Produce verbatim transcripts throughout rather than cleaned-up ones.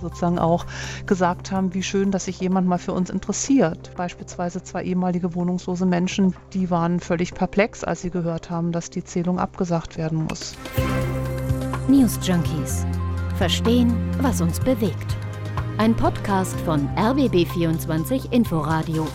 sozusagen auch gesagt haben, wie schön, dass sich jemand mal für uns interessiert. Beispielsweise zwei ehemalige wohnungslose Menschen, die waren völlig perplex, als sie gehört haben, dass die Zählung abgesagt werden muss. News Junkies. Verstehen, was uns bewegt. Ein Podcast von R B B vierundzwanzig Inforadio.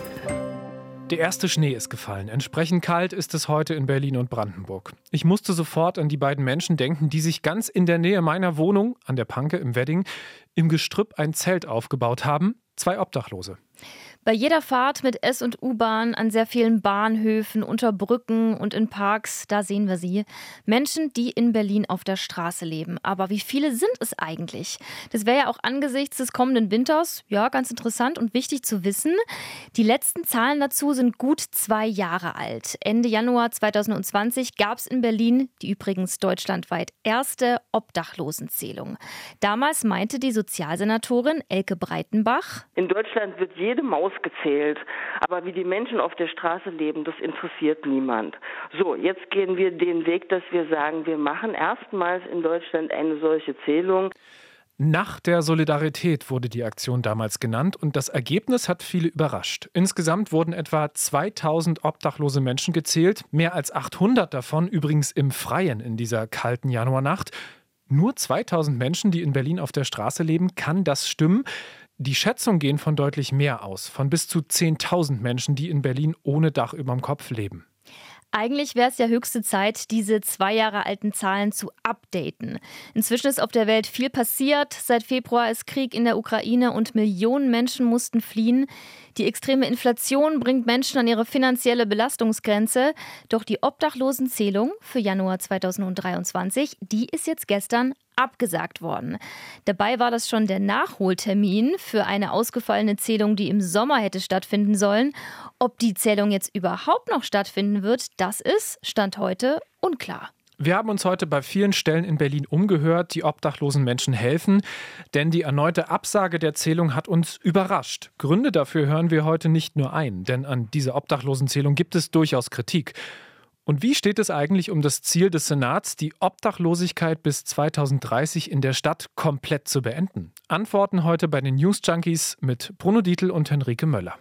Der erste Schnee ist gefallen. Entsprechend kalt ist es heute in Berlin und Brandenburg. Ich musste sofort an die beiden Menschen denken, die sich ganz in der Nähe meiner Wohnung, an der Panke im Wedding, im Gestrüpp ein Zelt aufgebaut haben. Zwei Obdachlose. Bei jeder Fahrt mit S- und U-Bahn an sehr vielen Bahnhöfen, unter Brücken und in Parks, da sehen wir sie. Menschen, die in Berlin auf der Straße leben. Aber wie viele sind es eigentlich? Das wäre ja auch angesichts des kommenden Winters, ja, ganz interessant und wichtig zu wissen. Die letzten Zahlen dazu sind gut zwei Jahre alt. Ende Januar zweitausendzwanzig gab es in Berlin die übrigens deutschlandweit erste Obdachlosenzählung. Damals meinte die Sozialsenatorin Elke Breitenbach: In Deutschland wird jede Maus gezählt, aber wie die Menschen auf der Straße leben, das interessiert niemand. So, jetzt gehen wir den Weg, dass wir sagen, wir machen erstmals in Deutschland eine solche Zählung. Nacht der Solidarität wurde die Aktion damals genannt und das Ergebnis hat viele überrascht. Insgesamt wurden etwa zweitausend obdachlose Menschen gezählt, mehr als achthundert davon übrigens im Freien in dieser kalten Januarnacht. Nur zweitausend Menschen, die in Berlin auf der Straße leben, kann das stimmen? Die Schätzungen gehen von deutlich mehr aus, von bis zu zehntausend Menschen, die in Berlin ohne Dach überm Kopf leben. Eigentlich wäre es ja höchste Zeit, diese zwei Jahre alten Zahlen zu updaten. Inzwischen ist auf der Welt viel passiert. Seit Februar ist Krieg in der Ukraine und Millionen Menschen mussten fliehen. Die extreme Inflation bringt Menschen an ihre finanzielle Belastungsgrenze. Doch die Obdachlosenzählung für Januar zweitausenddreiundzwanzig, die ist jetzt gestern abgesagt worden. Dabei war das schon der Nachholtermin für eine ausgefallene Zählung, die im Sommer hätte stattfinden sollen. Ob die Zählung jetzt überhaupt noch stattfinden wird, das ist, Stand heute, unklar. Wir haben uns heute bei vielen Stellen in Berlin umgehört, die obdachlosen Menschen helfen, denn die erneute Absage der Zählung hat uns überrascht. Gründe dafür hören wir heute nicht nur ein, denn an dieser Obdachlosenzählung gibt es durchaus Kritik. Und wie steht es eigentlich um das Ziel des Senats, die Obdachlosigkeit bis zweitausenddreißig in der Stadt komplett zu beenden? Antworten heute bei den News Junkies mit Bruno Dietl und Henrike Möller.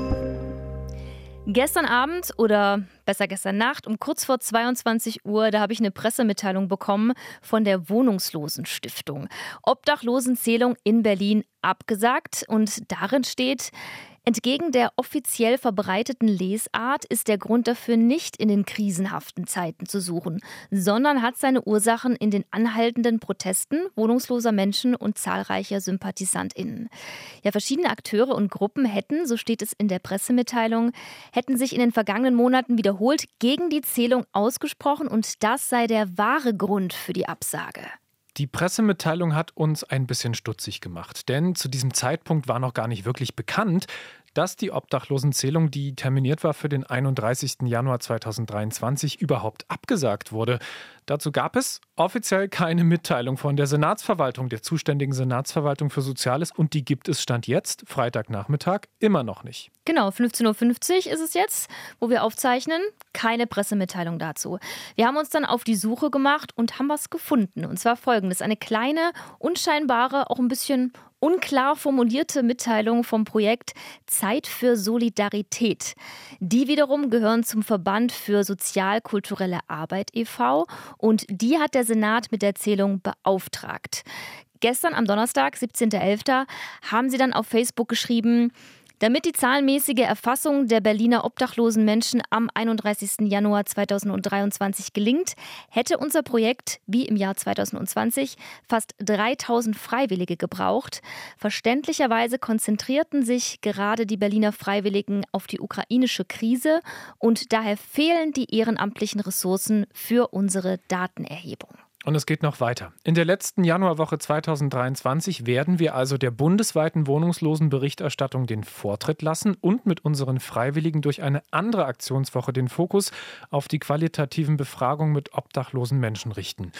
Gestern Abend oder besser gestern Nacht um kurz vor zweiundzwanzig Uhr, da habe ich eine Pressemitteilung bekommen von der Wohnungslosenstiftung. Obdachlosenzählung in Berlin abgesagt und darin steht: Entgegen der offiziell verbreiteten Lesart ist der Grund dafür nicht in den krisenhaften Zeiten zu suchen, sondern hat seine Ursachen in den anhaltenden Protesten wohnungsloser Menschen und zahlreicher SympathisantInnen. Ja, verschiedene Akteure und Gruppen hätten, so steht es in der Pressemitteilung, hätten sich in den vergangenen Monaten wiederholt gegen die Zählung ausgesprochen und das sei der wahre Grund für die Absage. Die Pressemitteilung hat uns ein bisschen stutzig gemacht, denn zu diesem Zeitpunkt war noch gar nicht wirklich bekannt, dass die Obdachlosenzählung, die terminiert war für den einunddreißigsten Januar zweitausenddreiundzwanzig, überhaupt abgesagt wurde. Dazu gab es offiziell keine Mitteilung von der Senatsverwaltung, der zuständigen Senatsverwaltung für Soziales, und die gibt es Stand jetzt, Freitagnachmittag, immer noch nicht. Genau, fünfzehn Uhr fünfzig ist es jetzt, wo wir aufzeichnen. Keine Pressemitteilung dazu. Wir haben uns dann auf die Suche gemacht und haben was gefunden. Und zwar folgendes: Eine kleine, unscheinbare, auch ein bisschen unklar formulierte Mitteilung vom Projekt Zeit für Solidarität. Die wiederum gehören zum Verband für sozial-kulturelle Arbeit e V und die hat der Senat mit der Zählung beauftragt. Gestern am Donnerstag, siebzehnten elften haben sie dann auf Facebook geschrieben: Damit die zahlenmäßige Erfassung der Berliner obdachlosen Menschen am einunddreißigsten Januar zweitausenddreiundzwanzig gelingt, hätte unser Projekt, wie im Jahr zweitausendzwanzig, fast dreitausend Freiwillige gebraucht. Verständlicherweise konzentrierten sich gerade die Berliner Freiwilligen auf die ukrainische Krise und daher fehlen die ehrenamtlichen Ressourcen für unsere Datenerhebung. Und es geht noch weiter. In der letzten Januarwoche zweitausenddreiundzwanzig werden wir also der bundesweiten Wohnungslosenberichterstattung den Vortritt lassen und mit unseren Freiwilligen durch eine andere Aktionswoche den Fokus auf die qualitativen Befragungen mit obdachlosen Menschen richten.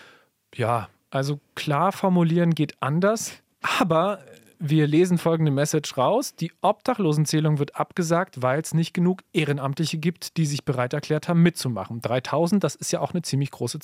Ja, also klar formulieren geht anders, aber wir lesen folgende Message raus: Die Obdachlosenzählung wird abgesagt, weil es nicht genug Ehrenamtliche gibt, die sich bereit erklärt haben, mitzumachen. dreitausend, das ist ja auch eine ziemlich große Zahl.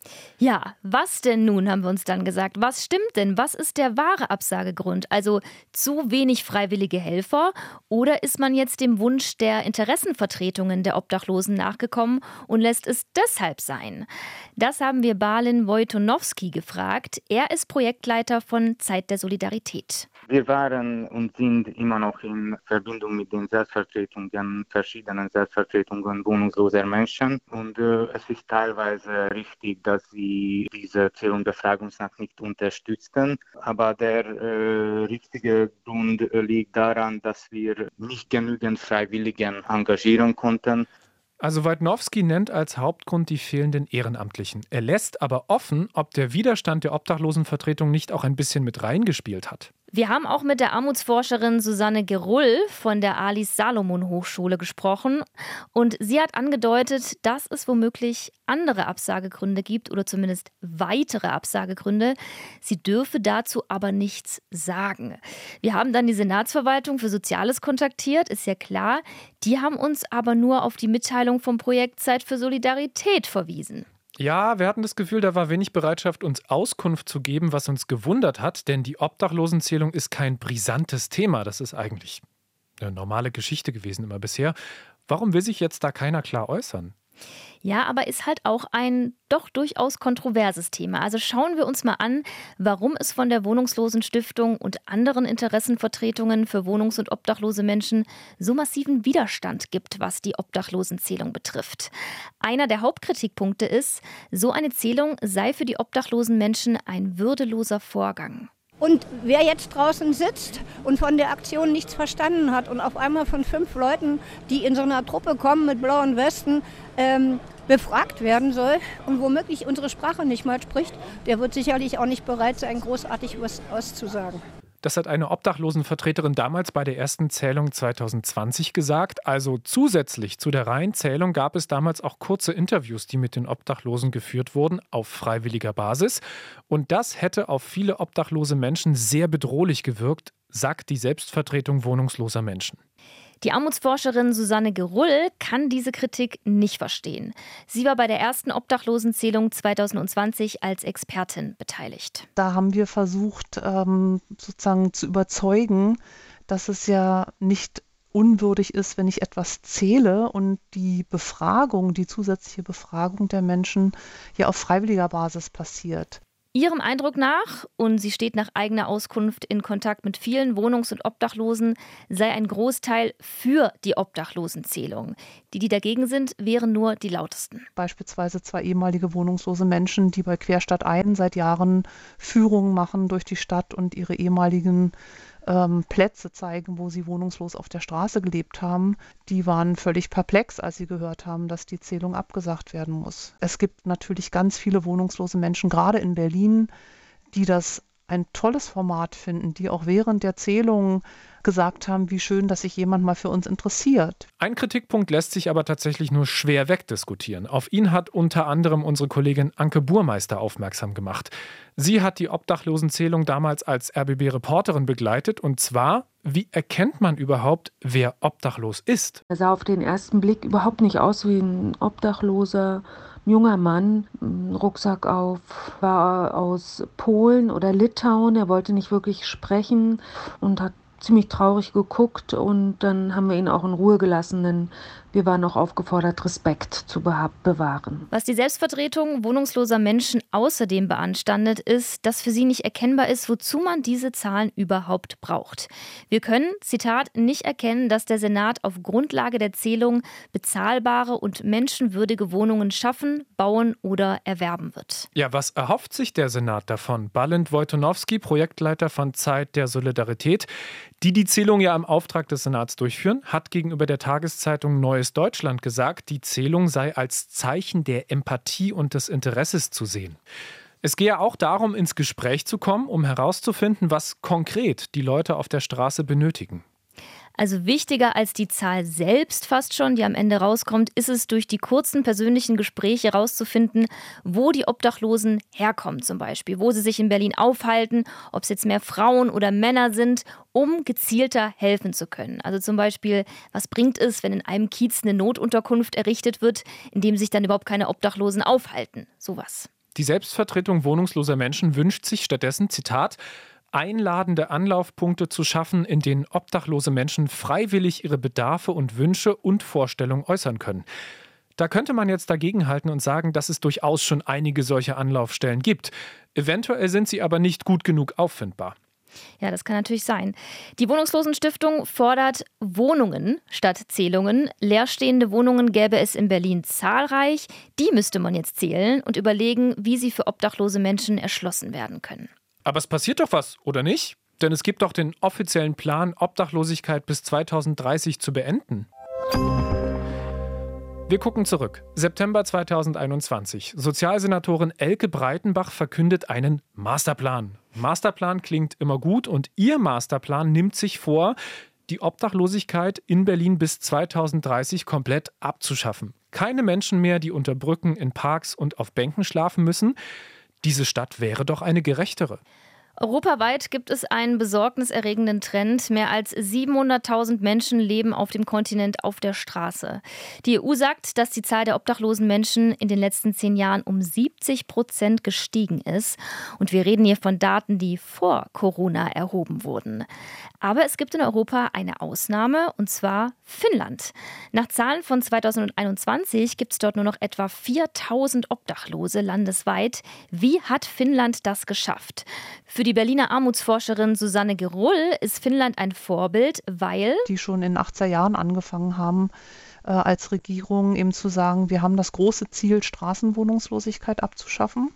Ja, was denn nun, haben wir uns dann gesagt. Was stimmt denn? Was ist der wahre Absagegrund? Also zu wenig freiwillige Helfer oder ist man jetzt dem Wunsch der Interessenvertretungen der Obdachlosen nachgekommen und lässt es deshalb sein? Das haben wir Balint Wojtonowski gefragt. Er ist Projektleiter von Zeit der Solidarität. Wir waren und sind immer noch in Verbindung mit den Selbstvertretungen, verschiedenen Selbstvertretungen wohnungsloser Menschen. Und äh, es ist teilweise richtig, dass sie diese Zählung Befragungsnacht nicht unterstützten. Aber der äh, richtige Grund äh, liegt daran, dass wir nicht genügend Freiwilligen engagieren konnten. Also Wojtonowski nennt als Hauptgrund die fehlenden Ehrenamtlichen. Er lässt aber offen, ob der Widerstand der Obdachlosenvertretung nicht auch ein bisschen mit reingespielt hat. Wir haben auch mit der Armutsforscherin Susanne Gerull von der Alice-Salomon-Hochschule gesprochen. Und sie hat angedeutet, dass es womöglich andere Absagegründe gibt oder zumindest weitere Absagegründe. Sie dürfe dazu aber nichts sagen. Wir haben dann die Senatsverwaltung für Soziales kontaktiert, ist ja klar. Die haben uns aber nur auf die Mitteilung vom Projekt Zeit für Solidarität verwiesen. Ja, wir hatten das Gefühl, da war wenig Bereitschaft, uns Auskunft zu geben, was uns gewundert hat, denn die Obdachlosenzählung ist kein brisantes Thema. Das ist eigentlich eine normale Geschichte gewesen immer bisher. Warum will sich jetzt da keiner klar äußern? Ja, aber ist halt auch ein doch durchaus kontroverses Thema. Also schauen wir uns mal an, warum es von der Wohnungslosenstiftung und anderen Interessenvertretungen für wohnungs- und obdachlose Menschen so massiven Widerstand gibt, was die Obdachlosenzählung betrifft. Einer der Hauptkritikpunkte ist, so eine Zählung sei für die obdachlosen Menschen ein würdeloser Vorgang. Und wer jetzt draußen sitzt und von der Aktion nichts verstanden hat und auf einmal von fünf Leuten, die in so einer Truppe kommen mit blauen Westen, ähm, befragt werden soll und womöglich unsere Sprache nicht mal spricht, der wird sicherlich auch nicht bereit sein, großartig was auszusagen. Das hat eine Obdachlosenvertreterin damals bei der ersten Zählung zwanzig zwanzig gesagt. Also zusätzlich zu der reinen Zählung gab es damals auch kurze Interviews, die mit den Obdachlosen geführt wurden, auf freiwilliger Basis. Und das hätte auf viele obdachlose Menschen sehr bedrohlich gewirkt, sagt die Selbstvertretung wohnungsloser Menschen. Die Armutsforscherin Susanne Gerull kann diese Kritik nicht verstehen. Sie war bei der ersten Obdachlosenzählung zwanzig zwanzig als Expertin beteiligt. Da haben wir versucht, ähm, sozusagen zu überzeugen, dass es ja nicht unwürdig ist, wenn ich etwas zähle und die Befragung, die zusätzliche Befragung der Menschen ja auf freiwilliger Basis passiert. Ihrem Eindruck nach, und sie steht nach eigener Auskunft in Kontakt mit vielen Wohnungs- und Obdachlosen, sei ein Großteil für die Obdachlosenzählung. Die, die dagegen sind, wären nur die lautesten. Beispielsweise zwei ehemalige wohnungslose Menschen, die bei Querstadt ein seit Jahren Führungen machen durch die Stadt und ihre ehemaligen ähm, Plätze zeigen, wo sie wohnungslos auf der Straße gelebt haben. Die waren völlig perplex, als sie gehört haben, dass die Zählung abgesagt werden muss. Es gibt natürlich ganz viele wohnungslose Menschen, gerade in Berlin, die das ein tolles Format finden, die auch während der Zählung gesagt haben, wie schön, dass sich jemand mal für uns interessiert. Ein Kritikpunkt lässt sich aber tatsächlich nur schwer wegdiskutieren. Auf ihn hat unter anderem unsere Kollegin Anke Burmeister aufmerksam gemacht. Sie hat die Obdachlosenzählung damals als R B B-Reporterin begleitet. Und zwar, wie erkennt man überhaupt, wer obdachlos ist? Er sah auf den ersten Blick überhaupt nicht aus wie ein Obdachloser. Ein junger Mann, einen Rucksack auf, war aus Polen oder Litauen. Er wollte nicht wirklich sprechen und hat ziemlich traurig geguckt. Und dann haben wir ihn auch in Ruhe gelassen, denn wir waren auch aufgefordert, Respekt zu bewahren. Was die Selbstvertretung wohnungsloser Menschen außerdem beanstandet, ist, dass für sie nicht erkennbar ist, wozu man diese Zahlen überhaupt braucht. Wir können, Zitat, nicht erkennen, dass der Senat auf Grundlage der Zählung bezahlbare und menschenwürdige Wohnungen schaffen, bauen oder erwerben wird. Ja, was erhofft sich der Senat davon? Balint Wojtonowski, Projektleiter von Zeit der Solidarität, die die Zählung ja im Auftrag des Senats durchführen, hat gegenüber der Tageszeitung Neues Deutschland gesagt, die Zählung sei als Zeichen der Empathie und des Interesses zu sehen. Es gehe auch darum, ins Gespräch zu kommen, um herauszufinden, was konkret die Leute auf der Straße benötigen. Also wichtiger als die Zahl selbst fast schon, die am Ende rauskommt, ist es, durch die kurzen persönlichen Gespräche herauszufinden, wo die Obdachlosen herkommen zum Beispiel, wo sie sich in Berlin aufhalten, ob es jetzt mehr Frauen oder Männer sind, um gezielter helfen zu können. Also zum Beispiel, was bringt es, wenn in einem Kiez eine Notunterkunft errichtet wird, in dem sich dann überhaupt keine Obdachlosen aufhalten? Sowas. Die Selbstvertretung wohnungsloser Menschen wünscht sich stattdessen, Zitat, einladende Anlaufpunkte zu schaffen, in denen obdachlose Menschen freiwillig ihre Bedarfe und Wünsche und Vorstellungen äußern können. Da könnte man jetzt dagegenhalten und sagen, dass es durchaus schon einige solche Anlaufstellen gibt. Eventuell sind sie aber nicht gut genug auffindbar. Ja, das kann natürlich sein. Die Wohnungslosenstiftung fordert Wohnungen statt Zählungen. Leerstehende Wohnungen gäbe es in Berlin zahlreich. Die müsste man jetzt zählen und überlegen, wie sie für obdachlose Menschen erschlossen werden können. Aber es passiert doch was, oder nicht? Denn es gibt doch den offiziellen Plan, Obdachlosigkeit bis zweitausenddreißig zu beenden. Wir gucken zurück. September zweitausendeinundzwanzig. Sozialsenatorin Elke Breitenbach verkündet einen Masterplan. Masterplan klingt immer gut und ihr Masterplan nimmt sich vor, die Obdachlosigkeit in Berlin bis zweitausenddreißig komplett abzuschaffen. Keine Menschen mehr, die unter Brücken, in Parks und auf Bänken schlafen müssen. Diese Stadt wäre doch eine gerechtere. Europaweit gibt es einen besorgniserregenden Trend. Mehr als siebenhunderttausend Menschen leben auf dem Kontinent auf der Straße. Die E U sagt, dass die Zahl der obdachlosen Menschen in den letzten zehn Jahren um siebzig Prozent gestiegen ist. Und wir reden hier von Daten, die vor Corona erhoben wurden. Aber es gibt in Europa eine Ausnahme, und zwar Finnland. Nach Zahlen von zweitausendeinundzwanzig gibt es dort nur noch etwa viertausend Obdachlose landesweit. Wie hat Finnland das geschafft? Für die Berliner Armutsforscherin Susanne Geroll ist Finnland ein Vorbild, weil die schon in den achtziger Jahren angefangen haben, äh, als Regierung eben zu sagen, wir haben das große Ziel, Straßenwohnungslosigkeit abzuschaffen.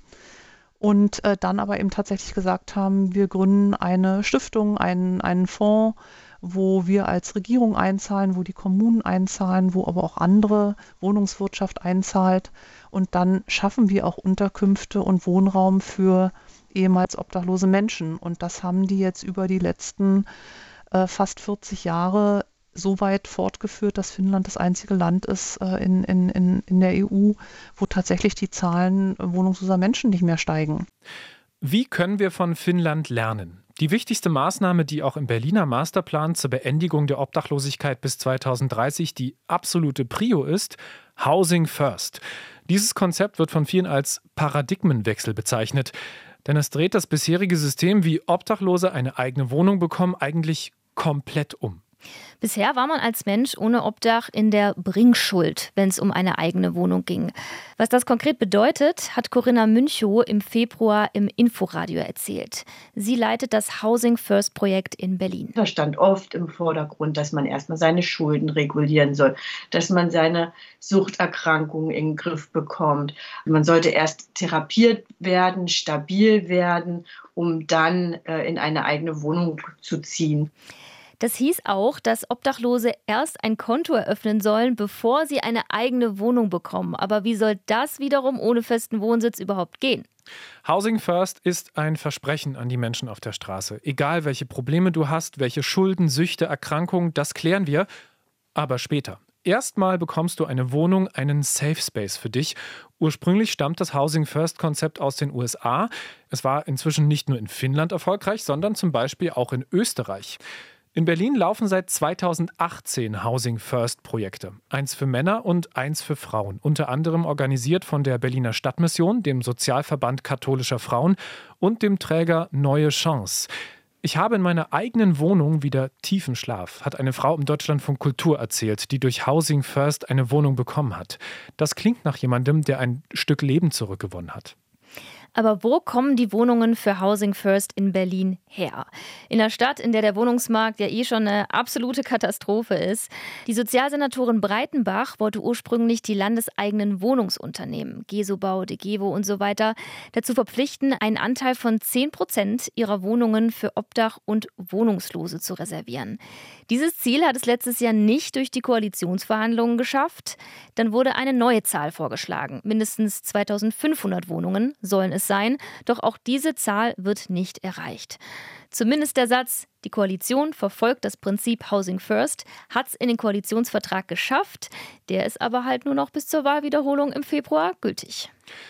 Und äh, dann aber eben tatsächlich gesagt haben, wir gründen eine Stiftung, einen, einen Fonds, wo wir als Regierung einzahlen, wo die Kommunen einzahlen, wo aber auch andere Wohnungswirtschaft einzahlt. Und dann schaffen wir auch Unterkünfte und Wohnraum für ehemals obdachlose Menschen. Und das haben die jetzt über die letzten äh, fast vierzig Jahre so weit fortgeführt, dass Finnland das einzige Land ist äh, in, in, in, in der E U, wo tatsächlich die Zahlen wohnungsloser Menschen nicht mehr steigen. Wie können wir von Finnland lernen? Die wichtigste Maßnahme, die auch im Berliner Masterplan zur Beendigung der Obdachlosigkeit bis zweitausenddreißig die absolute Prio ist, Housing First. Dieses Konzept wird von vielen als Paradigmenwechsel bezeichnet. Denn es dreht das bisherige System, wie Obdachlose eine eigene Wohnung bekommen, eigentlich komplett um. Bisher war man als Mensch ohne Obdach in der Bringschuld, wenn es um eine eigene Wohnung ging. Was das konkret bedeutet, hat Corinna Münchow im Februar im Inforadio erzählt. Sie leitet das Housing First Projekt in Berlin. Da stand oft im Vordergrund, dass man erstmal seine Schulden regulieren soll, dass man seine Suchterkrankungen in den Griff bekommt. Man sollte erst therapiert werden, stabil werden, um dann äh, in eine eigene Wohnung zu ziehen. Das hieß auch, dass Obdachlose erst ein Konto eröffnen sollen, bevor sie eine eigene Wohnung bekommen. Aber wie soll das wiederum ohne festen Wohnsitz überhaupt gehen? Housing First ist ein Versprechen an die Menschen auf der Straße. Egal, welche Probleme du hast, welche Schulden, Süchte, Erkrankungen, das klären wir, aber später. Erstmal bekommst du eine Wohnung, einen Safe Space für dich. Ursprünglich stammt das Housing First-Konzept aus den U S A. Es war inzwischen nicht nur in Finnland erfolgreich, sondern zum Beispiel auch in Österreich. In Berlin laufen seit zweitausendachtzehn Housing First Projekte. Eins für Männer und eins für Frauen. Unter anderem organisiert von der Berliner Stadtmission, dem Sozialverband katholischer Frauen und dem Träger Neue Chance. Ich habe in meiner eigenen Wohnung wieder tiefen Schlaf, hat eine Frau im Deutschlandfunk Kultur erzählt, die durch Housing First eine Wohnung bekommen hat. Das klingt nach jemandem, der ein Stück Leben zurückgewonnen hat. Aber wo kommen die Wohnungen für Housing First in Berlin her? In einer Stadt, in der der Wohnungsmarkt ja eh schon eine absolute Katastrophe ist. Die Sozialsenatorin Breitenbach wollte ursprünglich die landeseigenen Wohnungsunternehmen, Gesobau, Degewo und so weiter, dazu verpflichten, einen Anteil von zehn Prozent ihrer Wohnungen für Obdach- und Wohnungslose zu reservieren. Dieses Ziel hat es letztes Jahr nicht durch die Koalitionsverhandlungen geschafft. Dann wurde eine neue Zahl vorgeschlagen. Mindestens zweitausendfünfhundert Wohnungen sollen es sein. Doch auch diese Zahl wird nicht erreicht. Zumindest der Satz, die Koalition verfolgt das Prinzip Housing First, hat es in den Koalitionsvertrag geschafft. Der ist aber halt nur noch bis zur Wahlwiederholung im Februar gültig.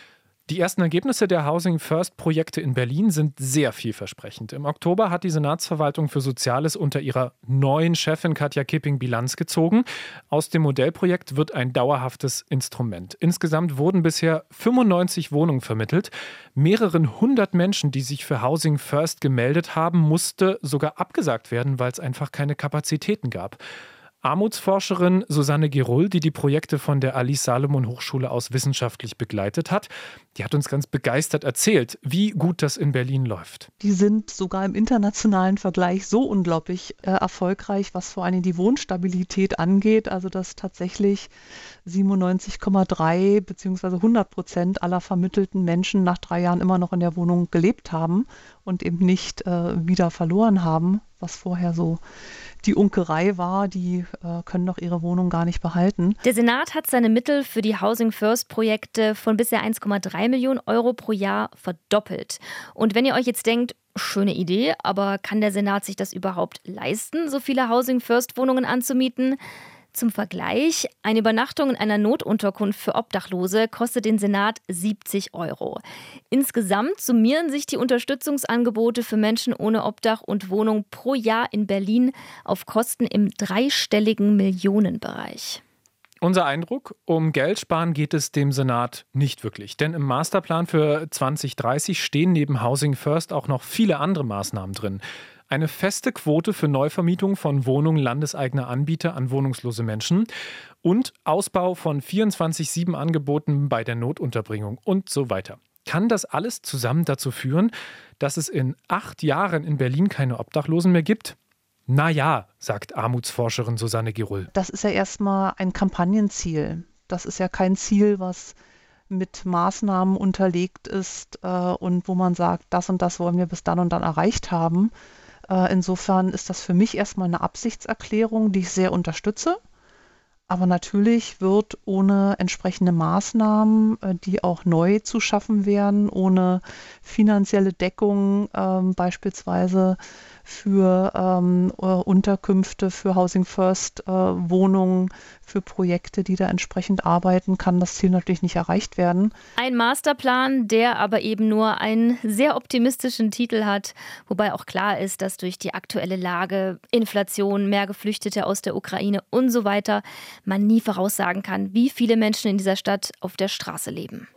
Die ersten Ergebnisse der Housing First-Projekte in Berlin sind sehr vielversprechend. Im Oktober hat die Senatsverwaltung für Soziales unter ihrer neuen Chefin Katja Kipping Bilanz gezogen. Aus dem Modellprojekt wird ein dauerhaftes Instrument. Insgesamt wurden bisher fünfundneunzig Wohnungen vermittelt. Mehreren hundert Menschen, die sich für Housing First gemeldet haben, musste sogar abgesagt werden, weil es einfach keine Kapazitäten gab. Armutsforscherin Susanne Geroll, die die Projekte von der Alice Salomon Hochschule aus wissenschaftlich begleitet hat, die hat uns ganz begeistert erzählt, wie gut das in Berlin läuft. Die sind sogar im internationalen Vergleich so unglaublich äh, erfolgreich, was vor allem die Wohnstabilität angeht, also dass tatsächlich siebenundneunzig Komma drei bzw. hundert Prozent aller vermittelten Menschen nach drei Jahren immer noch in der Wohnung gelebt haben und eben nicht äh, wieder verloren haben, was vorher so die Unkerei war, die äh, können doch ihre Wohnung gar nicht behalten. Der Senat hat seine Mittel für die Housing First Projekte von bisher eins Komma drei Millionen Euro pro Jahr verdoppelt. Und wenn ihr euch jetzt denkt, schöne Idee, aber kann der Senat sich das überhaupt leisten, so viele Housing First Wohnungen anzumieten? Zum Vergleich, eine Übernachtung in einer Notunterkunft für Obdachlose kostet den Senat siebzig Euro. Insgesamt summieren sich die Unterstützungsangebote für Menschen ohne Obdach und Wohnung pro Jahr in Berlin auf Kosten im dreistelligen Millionenbereich. Unser Eindruck, um Geld sparen geht es dem Senat nicht wirklich. Denn im Masterplan für zwanzig dreißig stehen neben Housing First auch noch viele andere Maßnahmen drin. Eine feste Quote für Neuvermietung von Wohnungen landeseigener Anbieter an wohnungslose Menschen und Ausbau von vierundzwanzig sieben Angeboten bei der Notunterbringung und so weiter. Kann das alles zusammen dazu führen, dass es in acht Jahren in Berlin keine Obdachlosen mehr gibt? Na ja, sagt Armutsforscherin Susanne Geroll. Das ist ja erstmal ein Kampagnenziel. Das ist ja kein Ziel, was mit Maßnahmen unterlegt ist äh, und wo man sagt, das und das wollen wir bis dann und dann erreicht haben. Insofern ist das für mich erstmal eine Absichtserklärung, die ich sehr unterstütze. Aber natürlich wird ohne entsprechende Maßnahmen, die auch neu zu schaffen wären, ohne finanzielle Deckung ähm, beispielsweise für ähm, Unterkünfte, für Housing First äh, Wohnungen, für Projekte, die da entsprechend arbeiten, kann das Ziel natürlich nicht erreicht werden. Ein Masterplan, der aber eben nur einen sehr optimistischen Titel hat, wobei auch klar ist, dass durch die aktuelle Lage, Inflation, mehr Geflüchtete aus der Ukraine und so weiter, man nie voraussagen kann, wie viele Menschen in dieser Stadt auf der Straße leben.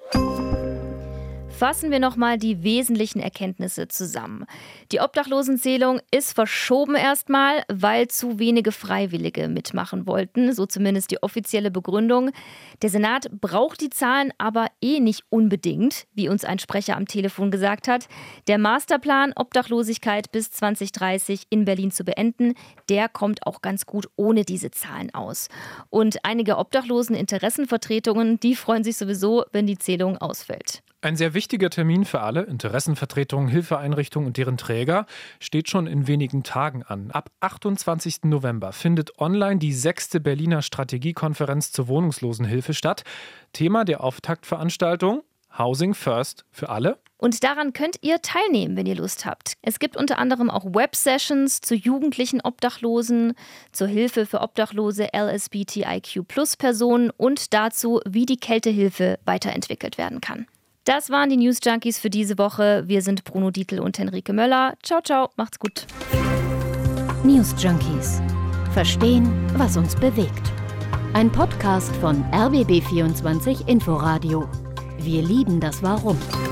Fassen wir nochmal die wesentlichen Erkenntnisse zusammen. Die Obdachlosenzählung ist verschoben erstmal, weil zu wenige Freiwillige mitmachen wollten, so zumindest die offizielle Begründung. Der Senat braucht die Zahlen aber eh nicht unbedingt, wie uns ein Sprecher am Telefon gesagt hat. Der Masterplan, Obdachlosigkeit bis zwanzig dreißig in Berlin zu beenden, der kommt auch ganz gut ohne diese Zahlen aus. Und einige Obdachlosen-Interessenvertretungen, die freuen sich sowieso, wenn die Zählung ausfällt. Ein sehr wichtiger Termin für alle, Interessenvertretungen, Hilfeeinrichtungen und deren Träger, steht schon in wenigen Tagen an. Ab achtundzwanzigsten November findet online die sechste Berliner Strategiekonferenz zur Wohnungslosenhilfe statt. Thema der Auftaktveranstaltung: Housing First für alle. Und daran könnt ihr teilnehmen, wenn ihr Lust habt. Es gibt unter anderem auch Web-Sessions zu jugendlichen Obdachlosen, zur Hilfe für obdachlose L S B T I Q Plus Personen und dazu, wie die Kältehilfe weiterentwickelt werden kann. Das waren die News Junkies für diese Woche. Wir sind Bruno Dietl und Henrike Möller. Ciao, ciao, macht's gut. News Junkies. Verstehen, was uns bewegt. Ein Podcast von R B B vierundzwanzig Inforadio. Wir lieben das Warum.